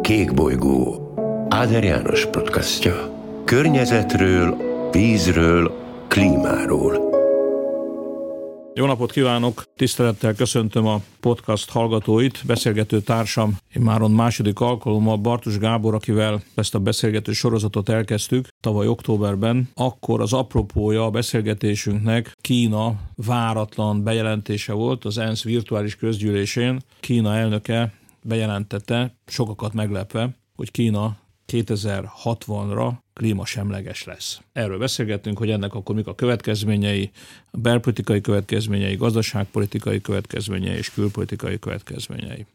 Kékbolygó, Áder János podcastja. Környezetről, vízről, klímáról. Jó napot kívánok! Tisztelettel köszöntöm a podcast hallgatóit, beszélgető társam immáron második alkalommal Bartus Gábor, akivel ezt a beszélgető sorozatot elkezdtük tavaly októberben. Akkor az apropója a beszélgetésünknek Kína váratlan bejelentése volt az ENSZ virtuális közgyűlésén. Kína elnöke bejelentette, sokakat meglepve, hogy Kína 2060-ra klímasemleges lesz. Erről beszélgettünk, hogy ennek akkor mik a következményei, a belpolitikai következményei, gazdaságpolitikai következményei és külpolitikai következményei.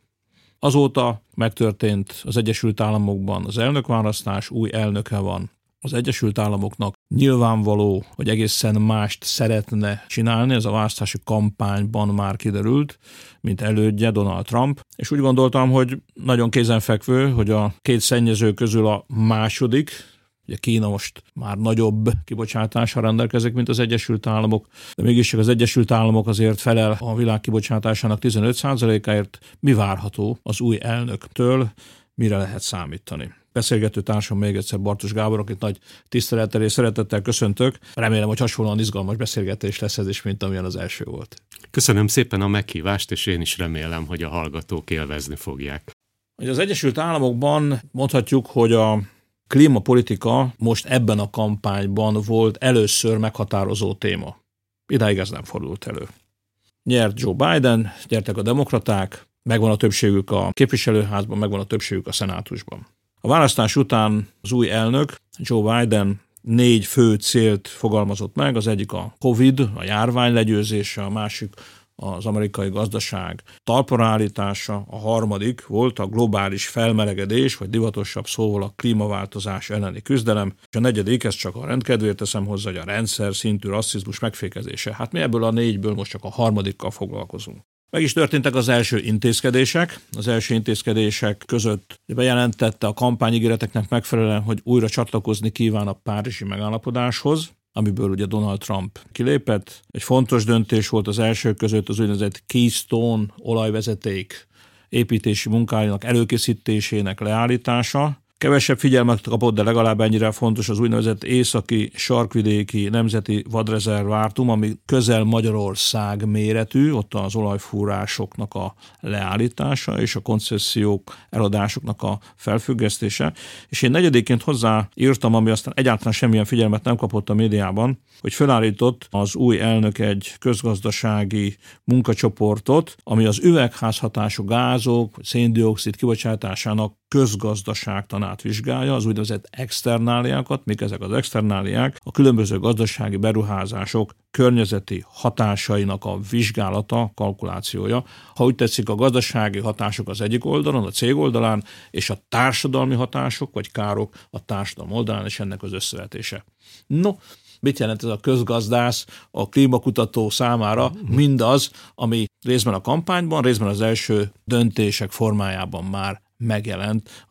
Azóta megtörtént az Egyesült Államokban az elnökválasztás, új elnöke van az Egyesült Államoknak. Nyilvánvaló, hogy egészen mást szeretne csinálni, ez a választási kampányban már kiderült, mint elődje Donald Trump, és úgy gondoltam, hogy nagyon kézenfekvő, hogy a két szennyező közül a második, ugye Kína most már nagyobb kibocsátással rendelkezik, mint az Egyesült Államok, de mégis az Egyesült Államok azért felel a világ kibocsátásának 15%-áért. Mi várható az új elnöktől, mire lehet számítani? Beszélgető társam még egyszer Bartus Gábor, akit nagy tisztelettel és szeretettel köszöntök. Remélem, hogy hasonlóan izgalmas beszélgetés lesz ez is, mint amilyen az első volt. Köszönöm szépen a meghívást, és én is remélem, hogy a hallgatók élvezni fogják. Az Egyesült Államokban mondhatjuk, hogy a klímapolitika most ebben a kampányban volt először meghatározó téma. Idáig ez nem fordult elő. Nyert Joe Biden, nyertek a demokraták, megvan a többségük a képviselőházban, megvan a többségük a szenátusban. A választás után az új elnök, Joe Biden 4 fő célt fogalmazott meg, az egyik a Covid, a járvány legyőzése, a másik az amerikai gazdaság talpra állítása, a harmadik volt a globális felmelegedés, vagy divatosabb szóval a klímaváltozás elleni küzdelem, és a negyedik, ezt csak a rendkedvéért teszem hozzá, hogy a rendszer szintű rasszizmus megfékezése. Hát mi ebből a 4-ből most csak a harmadikkal foglalkozunk. Meg is történtek az első intézkedések. Az első intézkedések között bejelentette a kampányígéreteknek megfelelően, hogy újra csatlakozni kíván a párizsi megállapodáshoz, amiből ugye Donald Trump kilépett. Egy fontos döntés volt az első között az úgynevezett Keystone olajvezeték építési munkájának előkészítésének leállítása. Kevesebb figyelmet kapott, de legalább ennyire fontos az úgynevezett északi sarkvidéki nemzeti vadrezervátum, ami közel Magyarország méretű, ott az olajfúrásoknak a leállítása és a koncesziók eladásoknak a felfüggesztése. És én negyedikként hozzáírtam, ami aztán egyáltalán semmilyen figyelmet nem kapott a médiában, hogy felállított az új elnök egy közgazdasági munkacsoportot, ami az üvegházhatású gázok, szén-dioxid kibocsátásának közgazdaságtanát vizsgálja, az úgynevezett externáliákat, mik ezek az externáliák, a különböző gazdasági beruházások környezeti hatásainak a vizsgálata, kalkulációja. Ha úgy tetszik, a gazdasági hatások az egyik oldalon, a cég oldalán, és a társadalmi hatások vagy károk a társadalom oldalán, és ennek az összevetése. No, mit jelent ez a közgazdász, a klímakutató számára? Mindaz, ami részben a kampányban, részben az első döntések formájában már megjelent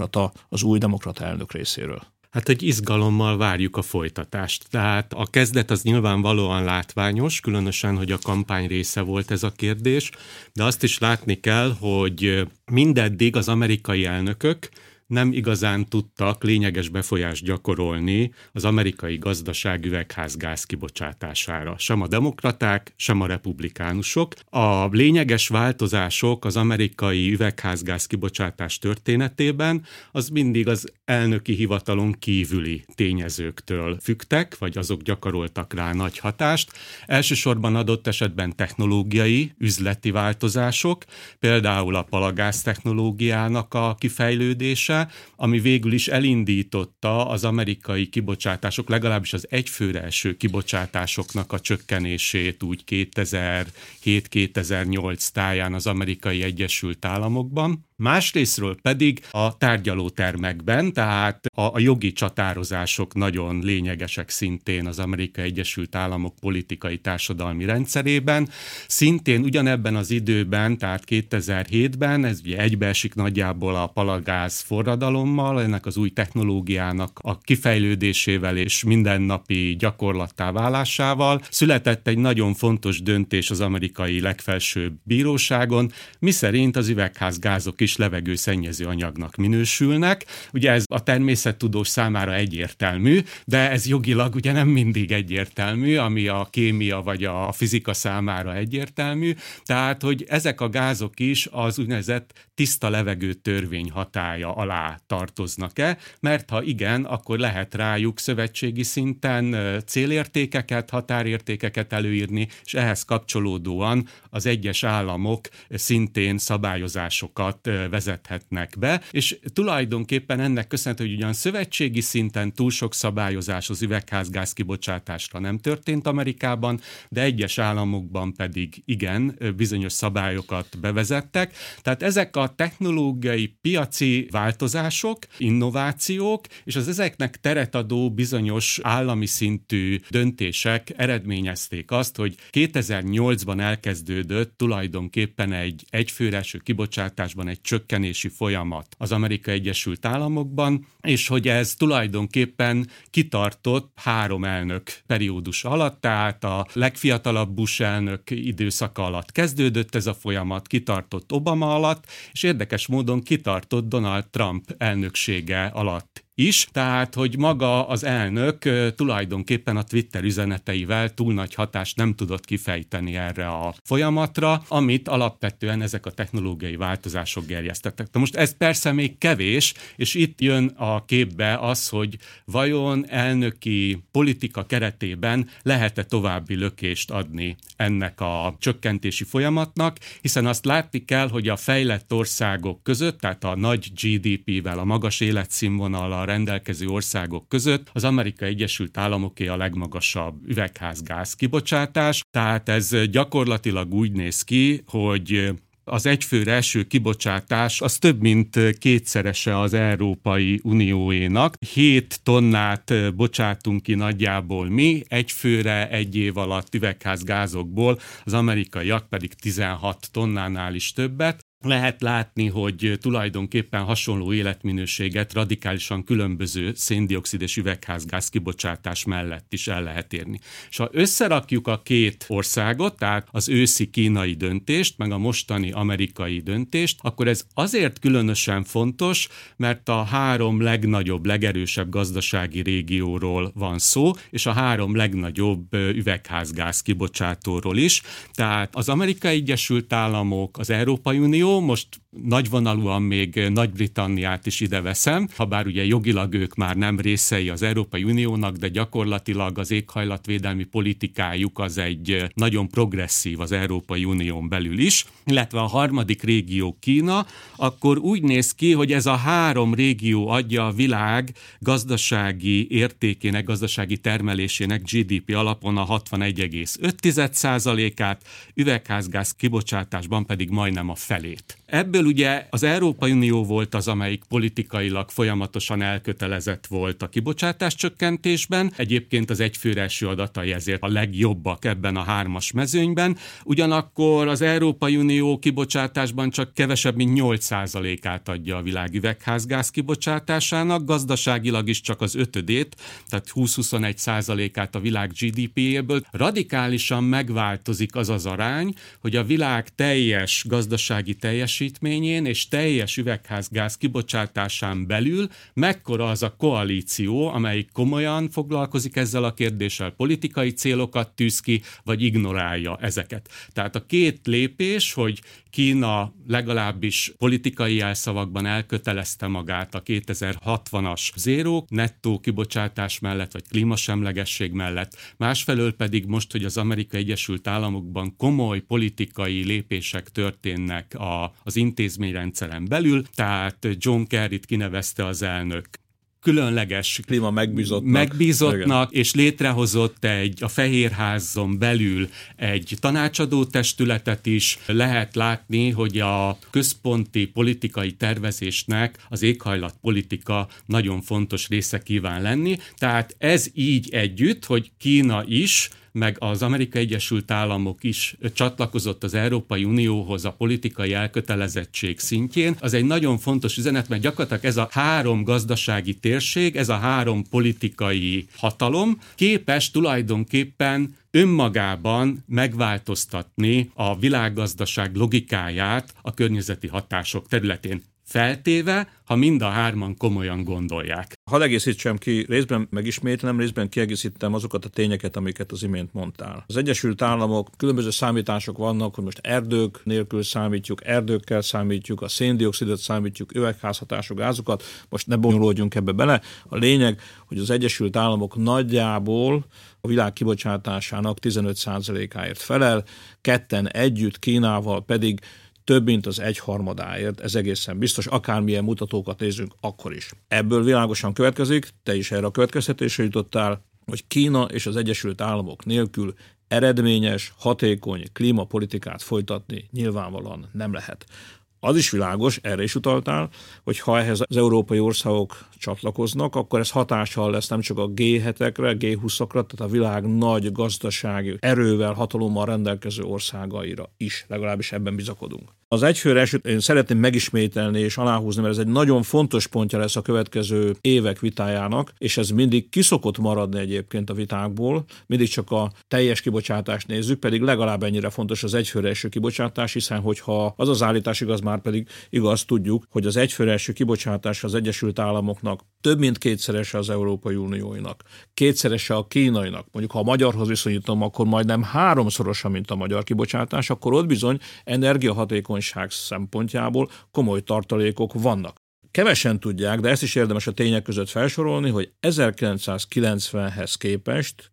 az új demokrata elnök részéről. Hát egy izgalommal várjuk a folytatást. Tehát a kezdet az nyilvánvalóan látványos, különösen, hogy a kampány része volt ez a kérdés, de azt is látni kell, hogy mindeddig az amerikai elnökök nem igazán tudtak lényeges befolyást gyakorolni az amerikai gazdaság üvegházgáz kibocsátására. Sem a demokraták, sem a republikánusok. A lényeges változások az amerikai üvegházgáz kibocsátás történetében az mindig az elnöki hivatalon kívüli tényezőktől függtek, vagy azok gyakoroltak rá nagy hatást. Elsősorban adott esetben technológiai, üzleti változások, például a palagáz technológiának a kifejlődése, ami végül is elindította az amerikai kibocsátások, legalábbis az egyfőre eső kibocsátásoknak a csökkenését úgy 2007-2008 táján az Amerikai Egyesült Államokban. Másrészről pedig a tárgyalótermekben, tehát a jogi csatározások nagyon lényegesek szintén az Amerikai Egyesült Államok politikai társadalmi rendszerében. Szintén ugyanebben az időben, tehát 2007-ben, ez ugye egybeesik nagyjából a palagáz forradalommal, ennek az új technológiának a kifejlődésével és mindennapi gyakorlattá válásával született egy nagyon fontos döntés az amerikai legfelsőbb bíróságon, miszerint az üvegházgázok is levegőszennyező anyagnak minősülnek. Ugye ez a természettudós számára egyértelmű, de ez jogilag ugye nem mindig egyértelmű, ami a kémia vagy a fizika számára egyértelmű. Tehát, hogy ezek a gázok is az úgynevezett tiszta levegő törvény hatálya alá tartoznak-e, mert ha igen, akkor lehet rájuk szövetségi szinten célértékeket, határértékeket előírni, és ehhez kapcsolódóan az egyes államok szintén szabályozásokat vezethetnek be, és tulajdonképpen ennek köszönhető, hogy ugyan szövetségi szinten túl sok szabályozás az üvegházgáz kibocsátásra nem történt Amerikában, de egyes államokban pedig igen, bizonyos szabályokat bevezettek. Tehát ezek a technológiai piaci változások, innovációk, és az ezeknek teret adó bizonyos állami szintű döntések eredményezték azt, hogy 2008-ban elkezdődött tulajdonképpen egy egyfőre eső kibocsátásban egy csökkenési folyamat az Amerikai Egyesült Államokban, és hogy ez tulajdonképpen kitartott 3 elnök periódus alatt, tehát a legfiatalabb Bush elnök időszaka alatt kezdődött ez a folyamat, kitartott Obama alatt, és érdekes módon kitartott Donald Trump elnöksége alatt is, tehát, hogy maga az elnök tulajdonképpen a Twitter üzeneteivel túl nagy hatást nem tudott kifejteni erre a folyamatra, amit alapvetően ezek a technológiai változások gerjesztettek. De most ez persze még kevés, és itt jön a képbe az, hogy vajon elnöki politika keretében lehet-e további lökést adni ennek a csökkentési folyamatnak, hiszen azt látni kell, hogy a fejlett országok között, tehát a nagy GDP-vel, a magas életszínvonallal rendelkező országok között az Amerikai Egyesült Államoké a legmagasabb üvegházgáz kibocsátás, tehát ez gyakorlatilag úgy néz ki, hogy az egyfőre eső kibocsátás az több mint 2-szerese az Európai Unióénak. 7 tonnát bocsátunk ki nagyjából mi, egyfőre egy év alatt üvegházgázokból, az amerikaiak pedig 16 tonnánál is többet. Lehet látni, hogy tulajdonképpen hasonló életminőséget radikálisan különböző széndioxid és üvegházgáz kibocsátás mellett is el lehet érni. És ha összerakjuk a 2 országot, tehát az őszi kínai döntést, meg a mostani amerikai döntést, akkor ez azért különösen fontos, mert a 3 legnagyobb, legerősebb gazdasági régióról van szó, és a 3 legnagyobb üvegházgáz kibocsátóról is. Tehát az Amerikai Egyesült Államok, az Európai Unió, most nagyvonalúan még Nagy-Britanniát is ide veszem, habár ugye jogilag ők már nem részei az Európai Uniónak, de gyakorlatilag az éghajlatvédelmi politikájuk az egy nagyon progresszív az Európai Unión belül is, illetve a harmadik régió Kína, akkor úgy néz ki, hogy ez a 3 régió adja a világ gazdasági értékének, gazdasági termelésének GDP alapon a 61,5%-át, üvegházgáz kibocsátásban pedig majdnem a felét. Ebből ugye az Európai Unió volt az, amelyik politikailag folyamatosan elkötelezett volt a kibocsátás csökkentésben. Egyébként az egyfőre eső adatai ezért a legjobbak ebben a 3-as mezőnyben. Ugyanakkor az Európai Unió kibocsátásban csak kevesebb, mint 8%-át adja a világ üvegházgáz kibocsátásának, gazdaságilag is csak az 5-ét, tehát 20-21%-át a világ GDP-jéből. Radikálisan megváltozik az az arány, hogy a világ teljes gazdasági teljesítményén és teljes üvegházgáz kibocsátásán belül mekkora az a koalíció, amelyik komolyan foglalkozik ezzel a kérdéssel, politikai célokat tűz ki, vagy ignorálja ezeket. Tehát a 2 lépés, hogy Kína legalábbis politikai jelszavakban elkötelezte magát a 2060-as zéró nettó kibocsátás mellett, vagy klímasemlegesség mellett. Másfelől pedig most, hogy az Amerikai Egyesült Államokban komoly politikai lépések történnek az intézményrendszeren belül, tehát John Kerryt kinevezte az elnök különleges klíma megbízottnak, és létrehozott a Fehérházon belül egy tanácsadó testületet is. Lehet látni, hogy a központi politikai tervezésnek az éghajlatpolitika nagyon fontos része kíván lenni. Tehát ez így együtt, hogy Kína is meg az Amerikai Egyesült Államok is csatlakozott az Európai Unióhoz a politikai elkötelezettség szintjén, az egy nagyon fontos üzenet, mert gyakorlatilag ez a 3 gazdasági térség, ez a 3 politikai hatalom képes tulajdonképpen önmagában megváltoztatni a világgazdaság logikáját a környezeti hatások területén. Feltéve, ha mind a 3 komolyan gondolják. Hadd egészítsem ki, részben megismétlem, részben kiegészítem azokat a tényeket, amiket az imént mondtál. Az Egyesült Államok, különböző számítások vannak, hogy most erdők nélkül számítjuk, erdőkkel számítjuk, a széndioxidot számítjuk, üvegházhatású gázokat, most ne bonyolódjunk ebbe bele. A lényeg, hogy az Egyesült Államok nagyjából a világ kibocsátásának 15%-áért felel, ketten együtt Kínával pedig több mint az 1/3-áért, ez egészen biztos, akármilyen mutatókat nézzünk, akkor is. Ebből világosan következik, te is erre a következtetésre jutottál, hogy Kína és az Egyesült Államok nélkül eredményes, hatékony klímapolitikát folytatni nyilvánvalóan nem lehet. Az is világos, erre is utaltál, hogy ha ehhez az európai országok csatlakoznak, akkor ez hatással lesz nem csak a G7-ekre, G20-akra, tehát a világ nagy gazdasági erővel, hatalommal rendelkező országaira is, legalábbis ebben bizakodunk. Az egyfőre esőt én szeretném megismételni és aláhúzni, mert ez egy nagyon fontos pontja lesz a következő évek vitájának, és ez mindig kiszokott maradni egyébként a vitákból, mindig csak a teljes kibocsátást nézzük, pedig legalább ennyire fontos az egyfőre eső kibocsátás, hiszen hogyha az az állítás igaz, már pedig igaz, tudjuk, hogy az egyfőre eső kibocsátás az Egyesült Államoknak több mint 2-szerese az Európai Unióinak, 2-szerese a kínainak. Mondjuk, ha a magyarhoz viszonyítom, akkor majdnem 3-szorosa, mint a magyar kibocsátás, akkor ott bizony energiahatékonyság szempontjából komoly tartalékok vannak. Kevesen tudják, de ezt is érdemes a tények között felsorolni, hogy 1990-hez képest,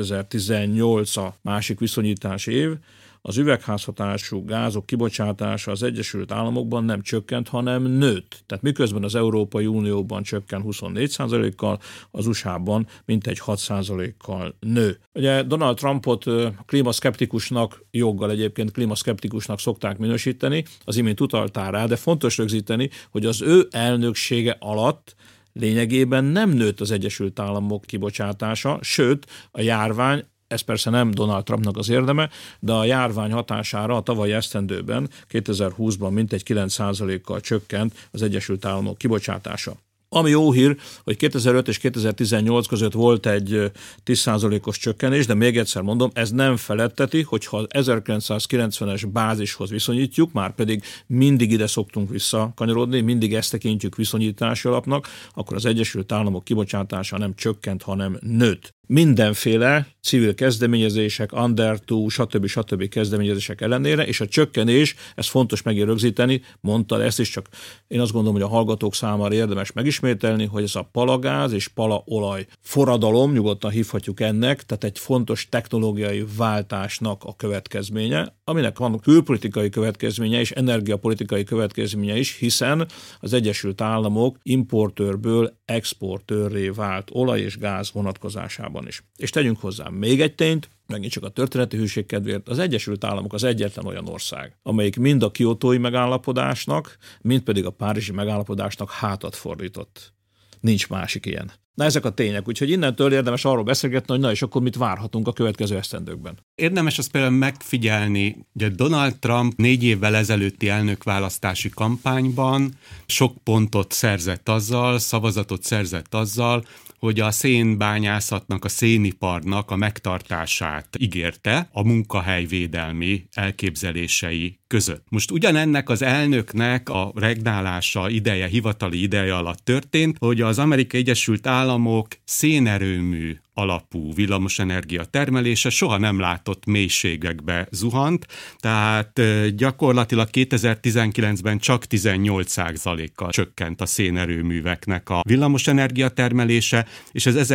2018 a másik viszonyítási év, az üvegházhatású gázok kibocsátása az Egyesült Államokban nem csökkent, hanem nőtt. Tehát miközben az Európai Unióban csökken 24%-kal, az USA-ban mintegy 6%-kal nő. Ugye Donald Trumpot klímaszkeptikusnak, joggal egyébként klímaszkeptikusnak szokták minősíteni, az imént utaltál rá, de fontos rögzíteni, hogy az ő elnöksége alatt lényegében nem nőtt az Egyesült Államok kibocsátása, sőt a járvány, ez persze nem Donald Trumpnak az érdeme, de a járvány hatására a tavalyi esztendőben, 2020-ban mintegy 9%-kal csökkent az Egyesült Államok kibocsátása. Ami jó hír, hogy 2005 és 2018 között volt egy 10%-os csökkenés, de még egyszer mondom, ez nem feletteti, hogyha az 1990-es bázishoz viszonyítjuk, már pedig mindig ide szoktunk visszakanyarodni, mindig ezt tekintjük viszonyítási alapnak, akkor az Egyesült Államok kibocsátása nem csökkent, hanem nőtt. Mindenféle civil kezdeményezések, Under 2, stb. Kezdeményezések ellenére, és a csökkenés, ez fontos megrögzíteni, mondta ezt is, csak én azt gondolom, hogy a hallgatók számára érdemes megismételni, hogy ez a palagáz és palaolaj forradalom, nyugodtan hívhatjuk ennek, tehát egy fontos technológiai váltásnak a következménye, aminek van külpolitikai következménye és energiapolitikai következménye is, hiszen az Egyesült Államok importőrből exportőrré vált olaj és gáz vonatkozásában is. És tegyünk hozzá még egy tényt, megint csak a történeti hűség kedvéért, az Egyesült Államok az egyetlen olyan ország, amelyik mind a kiotói megállapodásnak, mind pedig a párizsi megállapodásnak hátat fordított. Nincs másik ilyen. Na ezek a tények, úgyhogy innentől érdemes arról beszélgetni, hogy na és akkor mit várhatunk a következő esztendőkben. Érdemes azt például megfigyelni, hogy Donald Trump 4 évvel ezelőtti elnökválasztási kampányban sok pontot szerzett azzal, szavazatot szerzett azzal, hogy a szénbányászatnak, a széniparnak a megtartását ígérte a munkahelyvédelmi elképzelései között. Most ugyanennek az elnöknek a regnálása ideje, hivatali ideje alatt történt, hogy az Amerikai Egyesült Államok szénerőmű alapú villamosenergia termelése soha nem látott mélységekbe zuhant, tehát gyakorlatilag 2019-ben csak 18%-kal csökkent a szénerőműveknek a villamosenergia termelése, és ez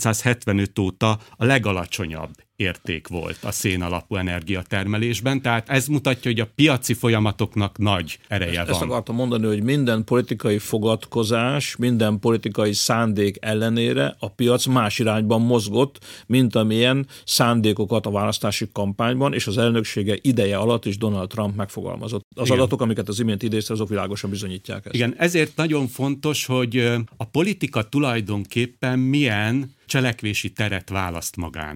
1975 óta a legalacsonyabb érték volt a szén alapú energiatermelésben, tehát ez mutatja, hogy a piaci folyamatoknak nagy ereje van. Ezt akartam mondani, hogy minden politikai fogadkozás, minden politikai szándék ellenére a piac más irányban mozgott, mint amilyen szándékokat a választási kampányban és az elnöksége ideje alatt is Donald Trump megfogalmazott. Az Igen. Adatok, amiket az imént idézte, azok világosan bizonyítják ezt. Igen, ezért nagyon fontos, hogy a politika tulajdonképpen milyen cselekvési teret választ magának.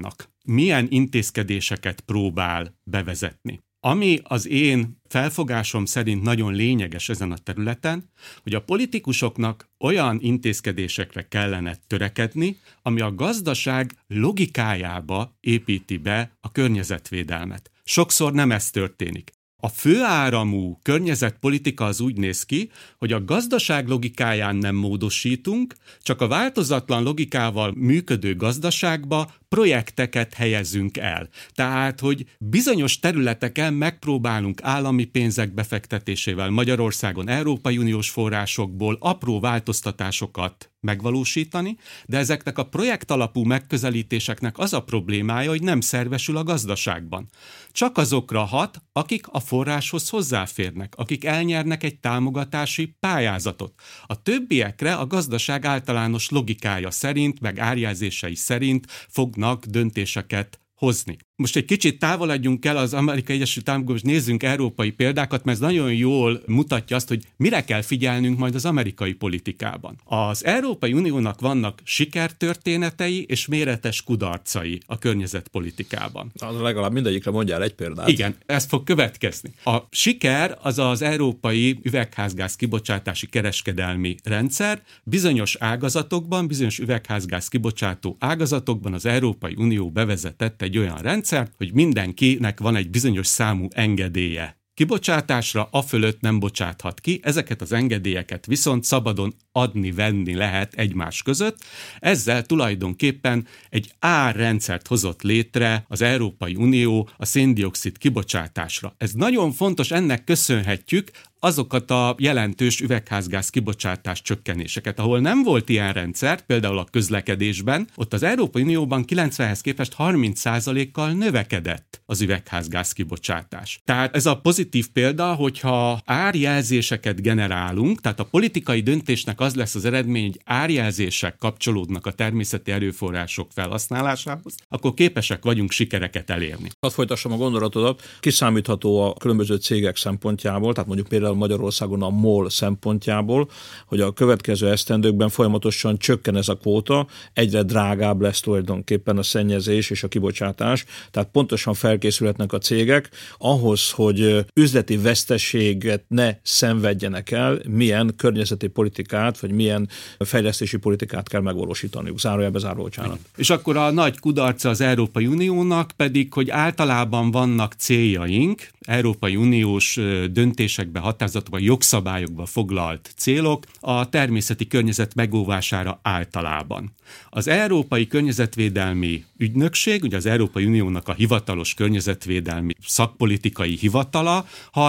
milyen intézkedéseket próbál bevezetni. Ami az én felfogásom szerint nagyon lényeges ezen a területen, hogy a politikusoknak olyan intézkedésekre kellene törekedni, ami a gazdaság logikájába építi be a környezetvédelmet. Sokszor nem ez történik. A főáramú környezetpolitika az úgy néz ki, hogy a gazdaság logikáján nem módosítunk, csak a változatlan logikával működő gazdaságba projekteket helyezünk el. Tehát, hogy bizonyos területeken megpróbálunk állami pénzek befektetésével Magyarországon Európai Uniós forrásokból apró változtatásokat megvalósítani, de ezeknek a projektalapú megközelítéseknek az a problémája, hogy nem szervesül a gazdaságban. Csak azokra hat, akik a forráshoz hozzáférnek, akik elnyernek egy támogatási pályázatot. A többiekre a gazdaság általános logikája szerint, meg árjelzései szerint fognak döntéseket hozni. Most egy kicsit távolodjunk el az Amerikai Egyesült Államokból, és nézzünk európai példákat, mert ez nagyon jól mutatja azt, hogy mire kell figyelnünk majd az amerikai politikában. Az Európai Uniónak vannak sikertörténetei és méretes kudarcai a környezetpolitikában. Az legalább mindegyikre mondjál egy példát. Igen, ez fog következni. A siker az az európai üvegházgáz kibocsátási kereskedelmi rendszer. Bizonyos ágazatokban, bizonyos üvegházgáz kibocsátó ágazatokban az Európai Unió bevezetett egy olyan rendszert, hogy mindenkinek van egy bizonyos számú engedélye kibocsátásra, afölött nem bocsáthat ki, ezeket az engedélyeket viszont szabadon adni-venni lehet egymás között. Ezzel tulajdonképpen egy árrendszert hozott létre az Európai Unió a szén-dioxid kibocsátásra. Ez nagyon fontos, ennek köszönhetjük azokat a jelentős üvegházgáz kibocsátás csökkenéseket. Ahol nem volt ilyen rendszer, például a közlekedésben, ott az Európai Unióban 90-hez képest 30%-kal növekedett az üvegházgáz kibocsátás. Tehát ez a pozitív példa, hogyha árjelzéseket generálunk, tehát a politikai döntésnek az lesz az eredmény, hogy árjelzések kapcsolódnak a természeti erőforrások felhasználásához, akkor képesek vagyunk sikereket elérni. Hadd folytassam a gondolatodat. Kiszámítható a különböző cégek szempontjából, tehát mondjuk például Magyarországon a MOL szempontjából, hogy a következő esztendőkben folyamatosan csökken ez a kvóta, egyre drágább lesz tulajdonképpen a szennyezés és a kibocsátás, tehát pontosan felkészülhetnek a cégek ahhoz, hogy üzleti veszteséget ne szenvedjenek el, milyen környezeti politikát, vagy milyen fejlesztési politikát kell megvalósítaniuk. Zárójelbe záró, bocsánat. És akkor a nagy kudarca az Európai Uniónak pedig, hogy általában vannak céljaink, Európai Uniós döntésekbe, határozatokba, jogszabályokba foglalt célok a természeti környezet megóvására általában. Az Európai Környezetvédelmi Ügynökség, ugye az Európai Uniónak a hivatalos környezetvédelmi szakpolitikai hivatala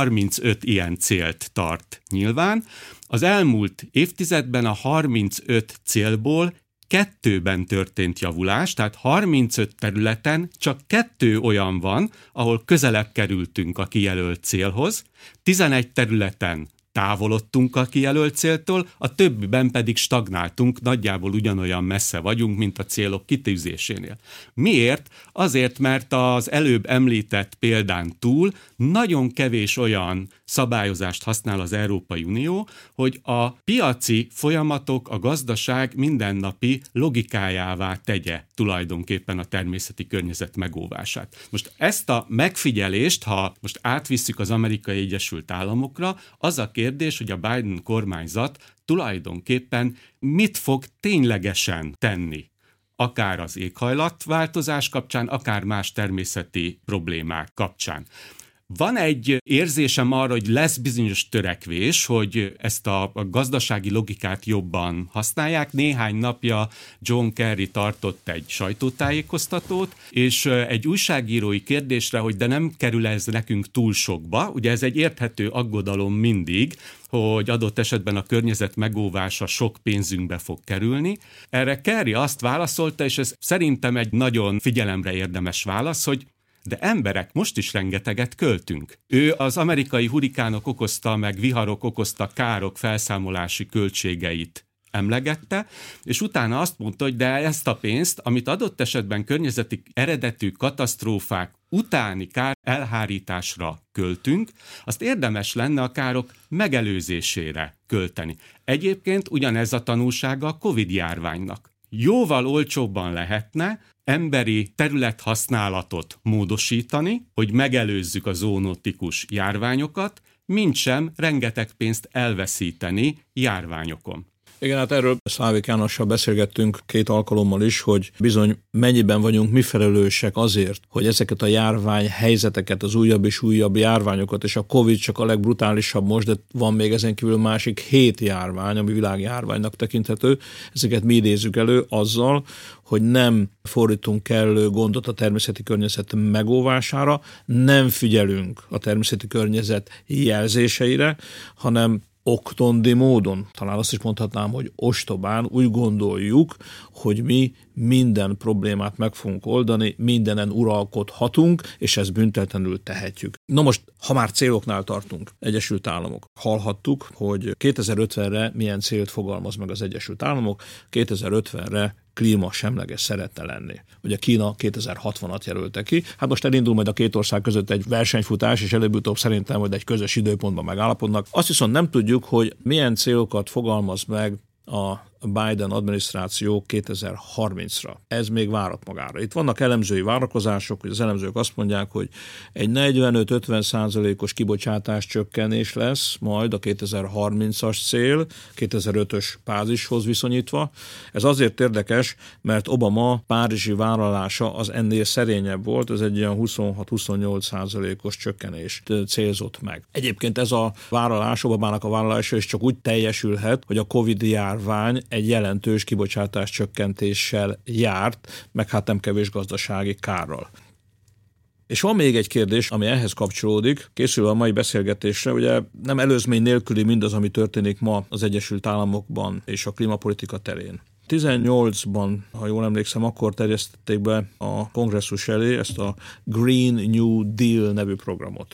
35 ilyen célt tart nyilván. Az elmúlt évtizedben a 35 célból 2-ben történt javulás, tehát 35 területen csak 2 olyan van, ahol közelebb kerültünk a kijelölt célhoz, 11 területen távolodtunk a kijelölt céltól, a többiben pedig stagnáltunk, nagyjából ugyanolyan messze vagyunk, mint a célok kitűzésénél. Miért? Azért, mert az előbb említett példán túl nagyon kevés olyan szabályozást használ az Európai Unió, hogy a piaci folyamatok, a gazdaság mindennapi logikájává tegye tulajdonképpen a természeti környezet megóvását. Most ezt a megfigyelést, ha most átvisszük az Amerikai Egyesült Államokra, az a kérdés, hogy a Biden kormányzat tulajdonképpen mit fog ténylegesen tenni. Akár az éghajlatváltozás kapcsán, akár más természeti problémák kapcsán. Van egy érzésem arra, hogy lesz bizonyos törekvés, hogy ezt a gazdasági logikát jobban használják. Néhány napja John Kerry tartott egy sajtótájékoztatót, és egy újságírói kérdésre, hogy de nem kerül ez nekünk túl sokba, ugye ez egy érthető aggodalom mindig, hogy adott esetben a környezet megóvása sok pénzünkbe fog kerülni. Erre Kerry azt válaszolta, és ez szerintem egy nagyon figyelemre érdemes válasz, hogy de emberek, most is rengeteget költünk. Ő az amerikai hurikánok okozta, meg viharok okozta károk felszámolási költségeit emlegette, és utána azt mondta, hogy de ezt a pénzt, amit adott esetben környezeti eredetű katasztrófák utáni kár elhárításra költünk, azt érdemes lenne a károk megelőzésére költeni. Egyébként ugyanez a tanulsága a Covid-járványnak. Jóval olcsóbban lehetne emberi területhasználatot módosítani, hogy megelőzzük a zoonotikus járványokat, mint sem rengeteg pénzt elveszíteni járványokon. Igen, hát erről Szlávik Jánossal beszélgettünk 2 alkalommal is, hogy bizony mennyiben vagyunk mi felelősek azért, hogy ezeket a járvány helyzeteket, az újabb és újabb járványokat, és a Covid csak a legbrutálisabb most, de van még ezen kívül másik 7 járvány, ami világjárványnak tekinthető, ezeket mi idézzük elő azzal, hogy nem fordítunk kellő gondot a természeti környezet megóvására, nem figyelünk a természeti környezet jelzéseire, hanem oktondi módon, talán azt is mondhatnám, hogy ostobán úgy gondoljuk, hogy mi minden problémát meg fogunk oldani, mindenen uralkodhatunk, és ezt büntetlenül tehetjük. Na most, ha már céloknál tartunk, Egyesült Államok. Hallhattuk, hogy 2050-re milyen célt fogalmaz meg az Egyesült Államok, 2050-re klímasemleges szeretne lenni. Ugye Kína 2060-at jelölte ki, hát most elindul majd a 2 ország között egy versenyfutás, és előbb-utóbb szerintem majd egy közös időpontban megállapodnak. Azt viszont nem tudjuk, hogy milyen célokat fogalmaz meg a Biden adminisztráció 2030-ra. Ez még várat magára. Itt vannak elemzői várakozások, hogy az elemzők azt mondják, hogy egy 45-50%-os kibocsátás csökkenés lesz majd a 2030-as cél, 2005-ös bázishoz viszonyítva. Ez azért érdekes, mert Obama párizsi vállalása az ennél szerényebb volt, ez egy ilyen 26-28%-os csökkenést célzott meg. Egyébként ez a vállalás, Obamának a vállalása is csak úgy teljesülhet, hogy a Covid járvány egy jelentős kibocsátás csökkentéssel járt, meg hát nem kevés gazdasági kárral. És van még egy kérdés, ami ehhez kapcsolódik, készülve a mai beszélgetésre, ugye nem előzmény nélküli mindaz, ami történik ma az Egyesült Államokban és a klímapolitika terén. 18-ban, ha jól emlékszem, akkor terjesztették be a kongresszus elé ezt a Green New Deal nevű programot.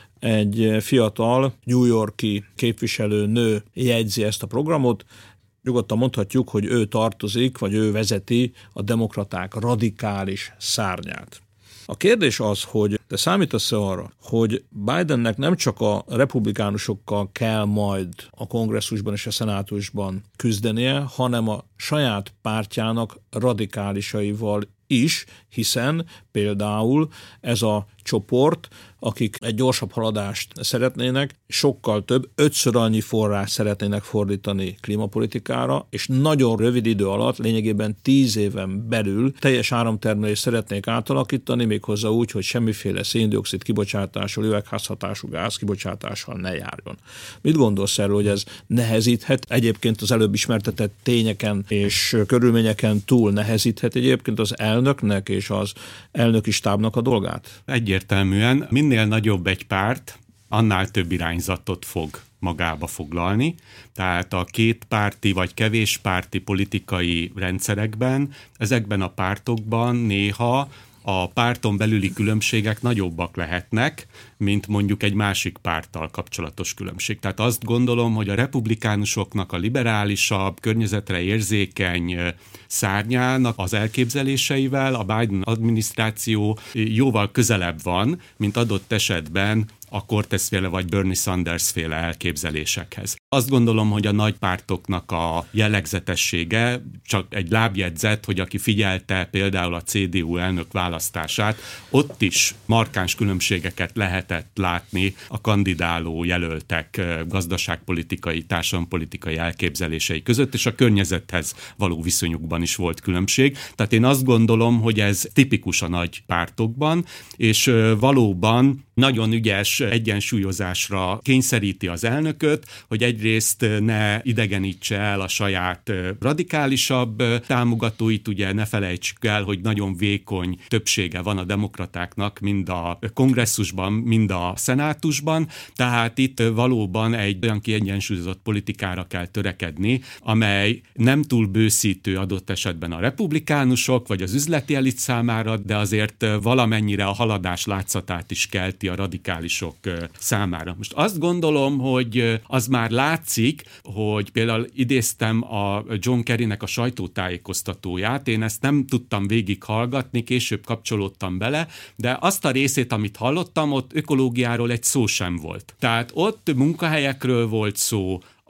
Egy fiatal New York-i képviselő nő jegyzi ezt a programot, nyugodtan mondhatjuk, hogy ő tartozik, vagy ő vezeti a demokraták radikális szárnyát. A kérdés az, hogy te számítasz-e arra, hogy Bidennek nem csak a republikánusokkal kell majd a kongresszusban és a szenátusban küzdenie, hanem a saját pártjának radikálisaival is, hiszen például ez a csoport, akik egy gyorsabb haladást szeretnének, sokkal több, 5-ször annyi forrás szeretnének fordítani klímapolitikára, és nagyon rövid idő alatt, lényegében 10 éven belül teljes áramtermelést szeretnék átalakítani, méghozzá úgy, hogy semmiféle szén-dioxid kibocsátással, üvegházhatású gáz kibocsátással ne járjon. Mit gondolsz erről, hogy ez nehezíthet? Egyébként az előbb ismertetett tényeken és körülményeken túl nehezíthet egyébként az elnöknek és az elnöki stábnak a dolgát? Egyértelműen minél nagyobb egy párt, annál több irányzatot fog magába foglalni. Tehát a kétpárti vagy kevéspárti politikai rendszerekben, ezekben a pártokban néha a párton belüli különbségek nagyobbak lehetnek, mint mondjuk egy másik párttal kapcsolatos különbség. Tehát azt gondolom, hogy a republikánusoknak a liberálisabb, környezetre érzékeny szárnyának az elképzeléseivel a Biden adminisztráció jóval közelebb van, mint adott esetben a Cortez-féle vagy Bernie Sanders-féle elképzelésekhez. Azt gondolom, hogy a nagy pártoknak a jellegzetessége csak egy lábjegyzet, hogy aki figyelte például a CDU elnök választását, ott is markáns különbségeket lehetett látni a kandidáló jelöltek gazdaságpolitikai, társadalompolitikai elképzelései között, és a környezethez való viszonyukban is volt különbség. Tehát én azt gondolom, hogy ez tipikus a nagy pártokban, és valóban nagyon ügyes egyensúlyozásra kényszeríti az elnököt, hogy egyrészt ne idegenítse el a saját radikálisabb támogatóit, ugye ne felejtsük el, hogy nagyon vékony többsége van a demokratáknak mind a kongresszusban, mind a szenátusban, tehát itt valóban egy olyan kiegyensúlyozott politikára kell törekedni, amely nem túl bőszítő adott esetben a republikánusok vagy az üzleti elit számára, de azért valamennyire a haladás látszatát is kelti a radikálisok számára. Most azt gondolom, hogy az már látszik, hogy például idéztem a John Kerrynek a sajtótájékoztatóját, én ezt nem tudtam végighallgatni, később kapcsolódtam bele, de azt a részét, amit hallottam, ott ökológiáról egy szó sem volt. Tehát ott munkahelyekről volt szó,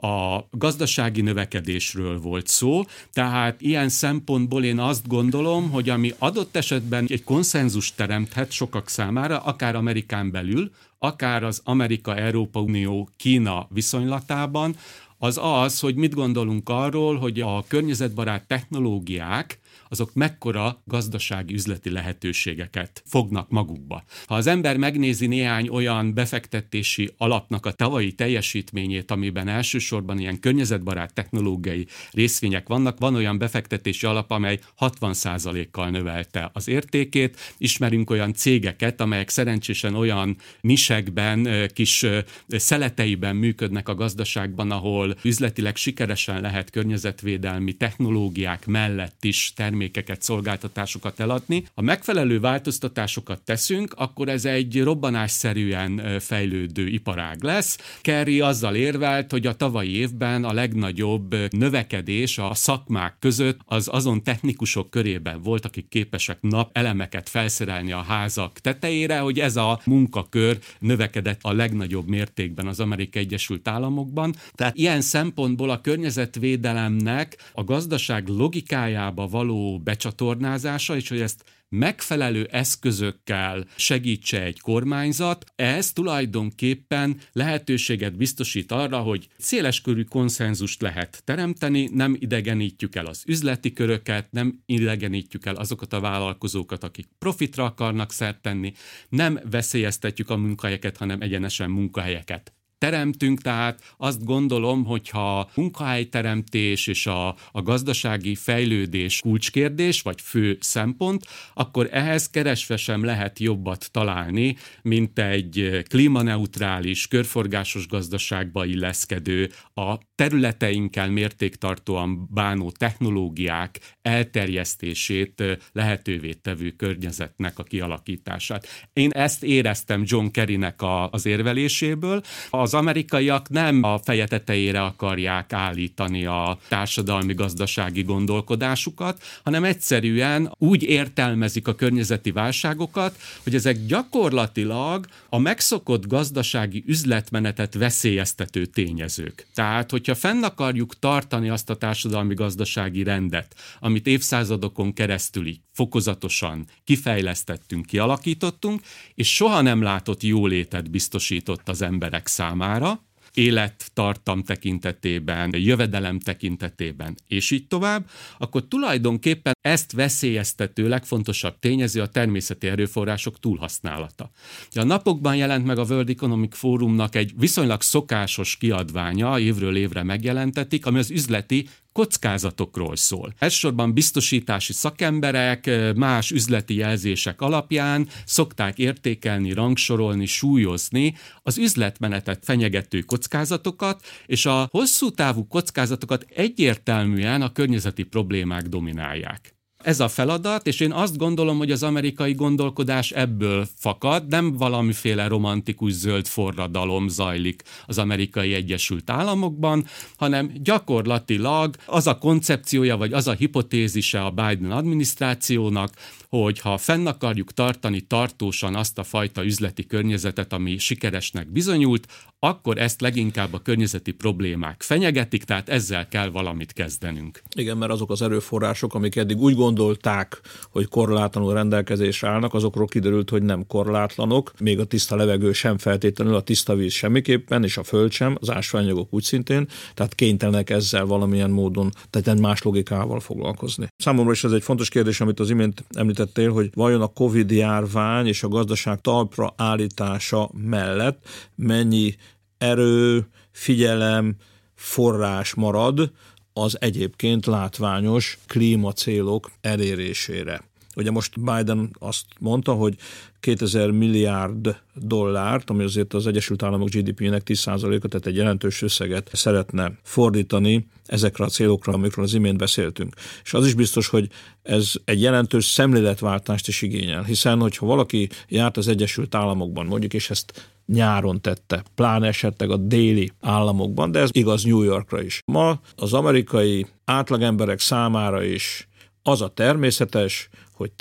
a gazdasági növekedésről volt szó, tehát ilyen szempontból én azt gondolom, hogy ami adott esetben egy konszenzus teremthet sokak számára, akár Amerikán belül, akár az Amerika-Európa Unió-Kína viszonylatában, az, hogy mit gondolunk arról, hogy a környezetbarát technológiák azok mekkora gazdasági üzleti lehetőségeket fognak magukba. Ha az ember megnézi néhány olyan befektetési alapnak a tavalyi teljesítményét, amiben elsősorban ilyen környezetbarát technológiai részvények vannak, van olyan befektetési alap, amely 60%-kal növelte az értékét. Ismerünk olyan cégeket, amelyek szerencsésen olyan nisekben, kis szeleteiben működnek a gazdaságban, ahol üzletileg sikeresen lehet környezetvédelmi technológiák mellett is termékeket, szolgáltatásokat eladni. Ha megfelelő változtatásokat teszünk, akkor ez egy robbanásszerűen fejlődő iparág lesz. Kerry azzal érvelt, hogy a tavalyi évben a legnagyobb növekedés a szakmák között az azon technikusok körében volt, akik képesek napelemeket felszerelni a házak tetejére, hogy ez a munkakör növekedett a legnagyobb mértékben az Amerikai Egyesült Államokban. Tehát ilyen szempontból a környezetvédelemnek a gazdaság logikájába való becsatornázása, és hogy ezt megfelelő eszközökkel segítse egy kormányzat, ez tulajdonképpen lehetőséget biztosít arra, hogy széleskörű konszenzust lehet teremteni, nem idegenítjük el az üzleti köröket, nem idegenítjük el azokat a vállalkozókat, akik profitra akarnak szert tenni, nem veszélyeztetjük a munkahelyeket, hanem egyenesen munkahelyeket teremtünk, tehát azt gondolom, hogyha munkahelyteremtés és a gazdasági fejlődés kulcskérdés, vagy fő szempont, akkor ehhez keresve sem lehet jobbat találni, mint egy klímaneutrális, körforgásos gazdaságba illeszkedő, a területeinkkel mértéktartóan bánó technológiák elterjesztését lehetővé tevő környezetnek a kialakítását. Én ezt éreztem John Kerrynek az érveléséből. Az amerikaiak nem a feje tetejére akarják állítani a társadalmi-gazdasági gondolkodásukat, hanem egyszerűen úgy értelmezik a környezeti válságokat, hogy ezek gyakorlatilag a megszokott gazdasági üzletmenetet veszélyeztető tényezők. Tehát, hogyha fenn akarjuk tartani azt a társadalmi-gazdasági rendet, amit évszázadokon keresztül így fokozatosan kifejlesztettünk, kialakítottunk, és soha nem látott jólétet biztosított az emberek számára, élettartam tekintetében, jövedelem tekintetében, és így tovább, akkor tulajdonképpen ezt veszélyeztető legfontosabb tényező a természeti erőforrások túlhasználata. A napokban jelent meg a World Economic Forumnak egy viszonylag szokásos kiadványa, évről évre megjelentetik, ami az üzleti kockázatokról szól. Elsősorban biztosítási szakemberek más üzleti jelzések alapján szokták értékelni, rangsorolni, súlyozni az üzletmenetet fenyegető kockázatokat, és a hosszú távú kockázatokat egyértelműen a környezeti problémák dominálják. Ez a feladat, és én azt gondolom, hogy az amerikai gondolkodás ebből fakad, nem valamiféle romantikus zöld forradalom zajlik az Amerikai Egyesült Államokban, hanem gyakorlatilag az a koncepciója, vagy az a hipotézise a Biden adminisztrációnak, hogy ha fenn akarjuk tartani tartósan azt a fajta üzleti környezetet, ami sikeresnek bizonyult, akkor ezt leginkább a környezeti problémák fenyegetik, tehát ezzel kell valamit kezdenünk. Igen, mert azok az erőforrások, amik eddig úgy gondolták, hogy korlátlanul rendelkezésre állnak, azokról kiderült, hogy nem korlátlanok, még a tiszta levegő sem feltétlenül, a tiszta víz semmiképpen, és a föld sem, az ásványanyagok úgy szintén, tehát kénytelenek ezzel valamilyen módon, tehát egy más logikával foglalkozni. Számomra is ez egy fontos kérdés, amit az imént említettél, hogy vajon a Covid-járvány és a gazdaság talpra állítása mellett mennyi erő, figyelem, forrás marad az egyébként látványos klímacélok elérésére. Ugye most Biden azt mondta, hogy 2000 milliárd dollárt, ami azért az Egyesült Államok GDP-nek 10%-a, tehát egy jelentős összeget szeretne fordítani ezekre a célokra, amikről az imént beszéltünk. És az is biztos, hogy ez egy jelentős szemléletváltást is igényel, hiszen hogyha valaki járt az Egyesült Államokban, mondjuk, és ezt nyáron tette, pláne esetleg a déli államokban, de ez igaz New Yorkra is. Ma az amerikai átlagemberek számára is az a természetes, hogy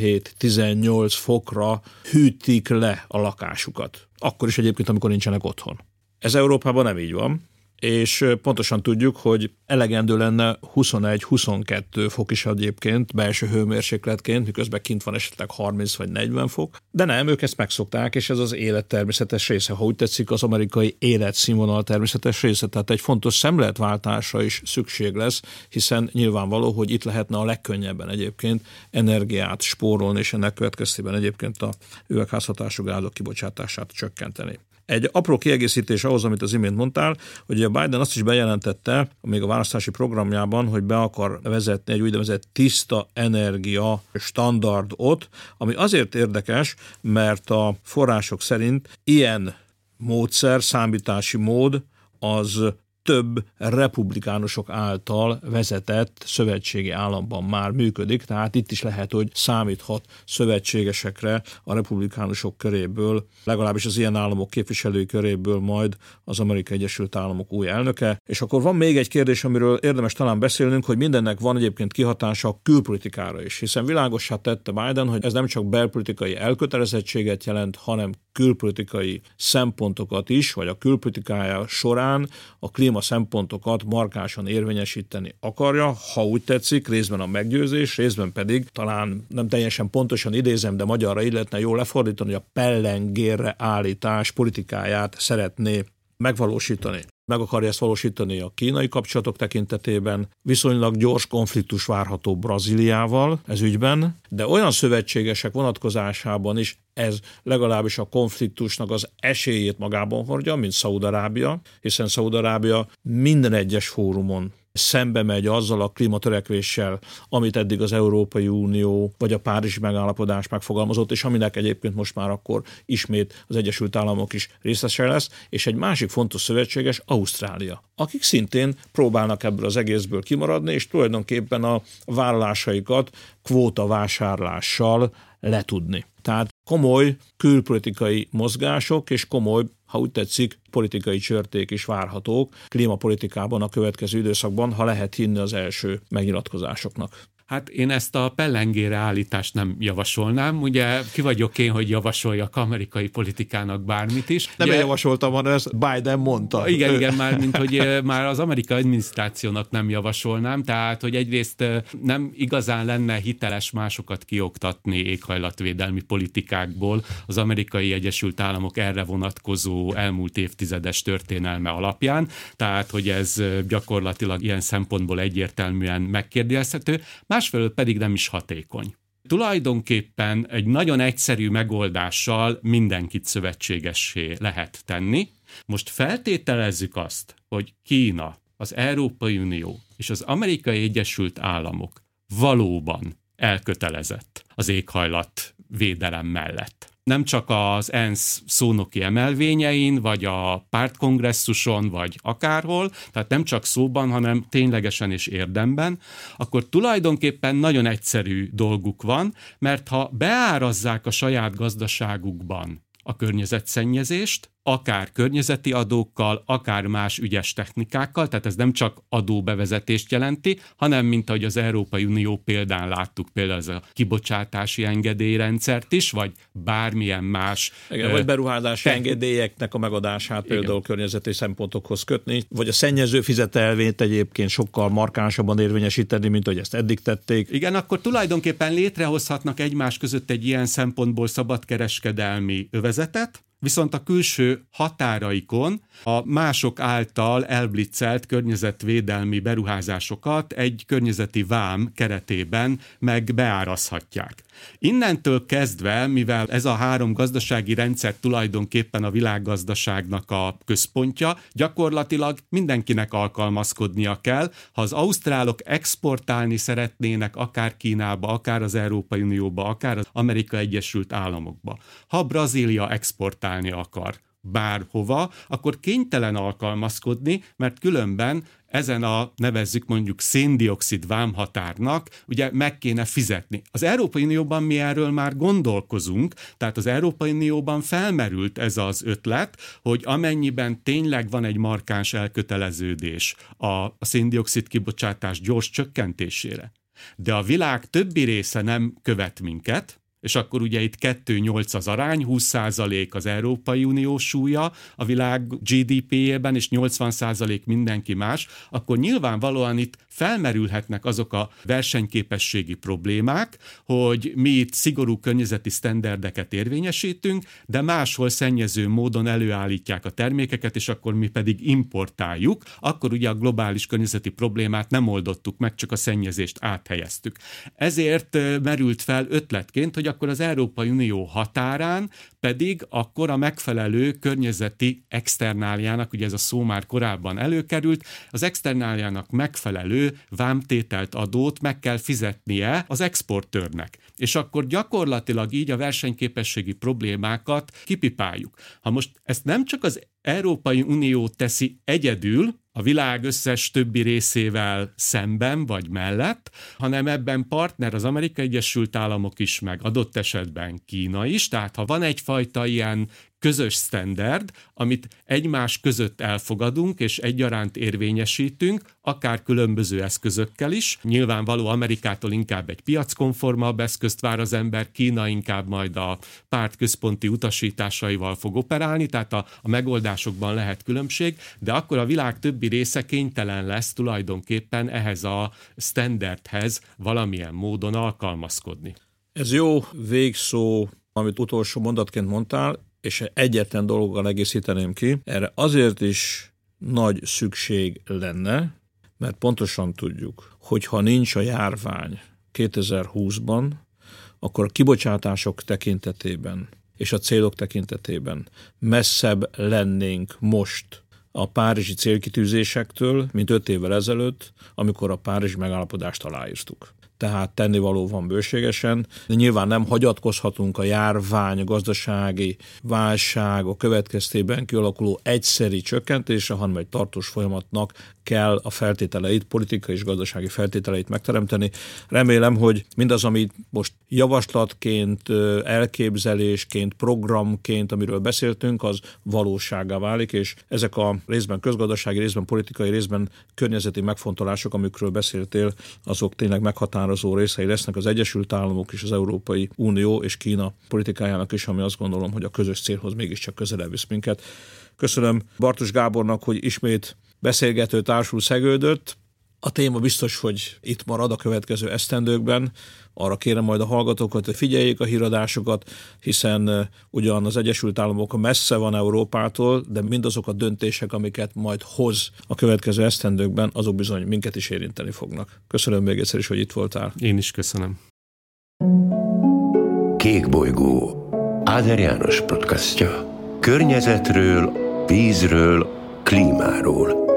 17-18 fokra hűtik le a lakásukat. Akkor is egyébként, amikor nincsenek otthon. Ez Európában nem így van. és pontosan tudjuk, hogy elegendő lenne 21-22 fok is egyébként belső hőmérsékletként, miközben kint van esetleg 30 vagy 40 fok, de nem, ők ezt megszokták, és ez az élet természetes része, ha úgy tetszik, az amerikai életszínvonal természetes része, tehát egy fontos szemléletváltásra is szükség lesz, hiszen nyilvánvaló, hogy itt lehetne a legkönnyebben egyébként energiát spórolni, és ennek következtében egyébként a üvegházhatású gázok kibocsátását csökkenteni. Egy apró kiegészítés ahhoz, amit az imént mondtál, hogy a Biden azt is bejelentette, még a választási programjában, hogy be akar vezetni egy úgynevezett tiszta energia standardot, ami azért érdekes, mert a források szerint ilyen módszer, számítási mód az több republikánusok által vezetett szövetségi államban már működik, tehát itt is lehet, hogy számíthat szövetségesekre a republikánusok köréből, legalábbis az ilyen államok képviselői köréből majd az Amerikai Egyesült Államok új elnöke. És akkor van még egy kérdés, amiről érdemes talán beszélnünk, hogy mindennek van egyébként kihatása a külpolitikára is, hiszen világossá tette Biden, hogy ez nem csak belpolitikai elkötelezettséget jelent, hanem külpolitikai szempontokat is, vagy a külpolitikája során a klíma szempontokat markánsan érvényesíteni akarja, ha úgy tetszik, részben a meggyőzés, részben pedig talán nem teljesen pontosan idézem, de magyarra így lehetne jól lefordítani, hogy a pellengérre állítás politikáját szeretné megvalósítani. Meg akarja ezt valósítani a kínai kapcsolatok tekintetében, viszonylag gyors konfliktus várható Brazíliával ez ügyben, de olyan szövetségesek vonatkozásában is ez legalábbis a konfliktusnak az esélyét magában hordja, mint Szaúd-Arábia, hiszen Szaúd-Arábia minden egyes fórumon szembe megy azzal a klímatörekvéssel, amit eddig az Európai Unió vagy a Párizsi megállapodás megfogalmazott, és aminek egyébként most már akkor ismét az Egyesült Államok is részese lesz, és egy másik fontos szövetséges Ausztrália, akik szintén próbálnak ebből az egészből kimaradni, és tulajdonképpen a vállalásaikat kvótavásárlással letudni. Tehát komoly külpolitikai mozgások és komoly, ha úgy tetszik, politikai csörték is várhatók klímapolitikában a következő időszakban, ha lehet hinni az első megnyilatkozásoknak. Hát én ezt a pellengére állítást nem javasolnám. Ugye ki vagyok én, hogy javasoljak amerikai politikának bármit is. Nem ugye, én javasoltam, hanem ezt Biden mondta. Igen, már mint hogy már az amerikai adminisztrációnak nem javasolnám, tehát hogy egyrészt nem igazán lenne hiteles másokat kioktatni éghajlatvédelmi politikákból az Amerikai Egyesült Államok erre vonatkozó elmúlt évtizedes történelme alapján, tehát hogy ez gyakorlatilag ilyen szempontból egyértelműen megkérdőjelezhető. Másfelől pedig nem is hatékony. Tulajdonképpen egy nagyon egyszerű megoldással mindenkit szövetségessé lehet tenni. Most feltételezzük azt, hogy Kína, az Európai Unió és az Amerikai Egyesült Államok valóban elkötelezett az éghajlatvédelem mellett. Nem csak az ENSZ szónoki emelvényein, vagy a pártkongresszuson, vagy akárhol, tehát nem csak szóban, hanem ténylegesen és érdemben, akkor tulajdonképpen nagyon egyszerű dolguk van, mert ha beárazzák a saját gazdaságukban a környezetszennyezést, akár környezeti adókkal, akár más ügyes technikákkal, tehát ez nem csak adóbevezetést jelenti, hanem mint ahogy az Európai Unió példán láttuk, például ez a kibocsátási engedélyrendszert is, vagy bármilyen más. Igen, vagy beruházási engedélyeknek a megadását például környezeti szempontokhoz kötni, vagy a szennyező fizetelvényt egyébként sokkal markánsabban érvényesíteni, mint ahogy ezt eddig tették. Igen, akkor tulajdonképpen létrehozhatnak egymás között egy ilyen szempontból szabadkereskedelmi övezetet, viszont a külső határaikon a mások által elblitzelt környezetvédelmi beruházásokat egy környezeti vám keretében meg beárazhatják. Innentől kezdve, mivel ez a három gazdasági rendszer tulajdonképpen a világgazdaságnak a központja, gyakorlatilag mindenkinek alkalmazkodnia kell. Ha az ausztrálok exportálni szeretnének akár Kínába, akár az Európai Unióba, akár az Amerikai Egyesült Államokba, ha Brazília exportálni akar bárhova, akkor kénytelen alkalmazkodni, mert különben ezen a nevezzük mondjuk szén-dioxid vámhatárnak ugye meg kéne fizetni. Az Európai Unióban mi erről már gondolkozunk, tehát az Európai Unióban felmerült ez az ötlet, hogy amennyiben tényleg van egy markáns elköteleződés a szén-dioxid kibocsátás gyors csökkentésére, de a világ többi része nem követ minket, És akkor ugye itt 2-8 az arány, 20% az Európai Unió súlya a világ GDP-jében, és 80% mindenki más, akkor nyilvánvalóan itt felmerülhetnek azok a versenyképességi problémák, hogy mi itt szigorú környezeti sztenderdeket érvényesítünk, de máshol szennyező módon előállítják a termékeket, és akkor mi pedig importáljuk, akkor ugye a globális környezeti problémát nem oldottuk meg, csak a szennyezést áthelyeztük. Ezért merült fel ötletként, hogy akkor az Európai Unió határán pedig akkor a megfelelő környezeti externáliának, ugye ez a szó már korábban előkerült, az externáliának megfelelő vámtételt, adót meg kell fizetnie az exportőrnek. És akkor gyakorlatilag így a versenyképességi problémákat kipipáljuk. Ha most ezt nem csak az Európai Unió teszi egyedül, a világ összes többi részével szemben vagy mellett, hanem ebben partner az Amerikai Egyesült Államok is, meg adott esetben Kína is, tehát ha van egyfajta ilyen közös sztenderd, amit egymás között elfogadunk és egyaránt érvényesítünk, akár különböző eszközökkel is. Nyilvánvaló Amerikától inkább egy piackonformabb eszközt vár az ember, Kína inkább majd a párt központi utasításaival fog operálni, tehát a megoldásokban lehet különbség, de akkor a világ többi része kénytelen lesz tulajdonképpen ehhez a sztenderdhez valamilyen módon alkalmazkodni. Ez jó végszó, amit utolsó mondatként mondtál, és egyetlen dologgal egészíteném ki. Erre azért is nagy szükség lenne, mert pontosan tudjuk, hogy ha nincs a járvány 2020-ban, akkor a kibocsátások tekintetében és a célok tekintetében messzebb lennénk most a párizsi célkitűzésektől, mint 5 évvel ezelőtt, amikor a párizsi megállapodást aláírtuk. Tehát tennivaló van bőségesen. De nyilván nem hagyatkozhatunk a járvány, a gazdasági válság következtében kialakuló egyszeri csökkentésre, hanem egy tartós folyamatnak kell a feltételeit, politikai és gazdasági feltételeit megteremteni. Remélem, hogy mindaz, amit most javaslatként, elképzelésként, programként, amiről beszéltünk, az valósággá válik, és ezek a részben közgazdasági, részben politikai, részben környezeti megfontolások, amikről beszéltél, azok tényleg meghatározó részei lesznek az Egyesült Államok és az Európai Unió és Kína politikájának is, ami azt gondolom, hogy a közös célhoz mégiscsak közelebb visz minket. Köszönöm Bartos Gábornak, hogy ismét beszélgető társul szegődött. A téma biztos, hogy itt marad a következő esztendőkben. Arra kérem majd a hallgatókat, hogy figyeljék a híradásokat, hiszen ugyan az Egyesült Államok messze van Európától, de mindazok a döntések, amiket majd hoz a következő esztendőkben, azok bizony minket is érinteni fognak. Köszönöm még egyszer is, hogy itt voltál. Én is köszönöm. Kékbolygó Áder János podcastja. Környezetről, vízről, klímáról.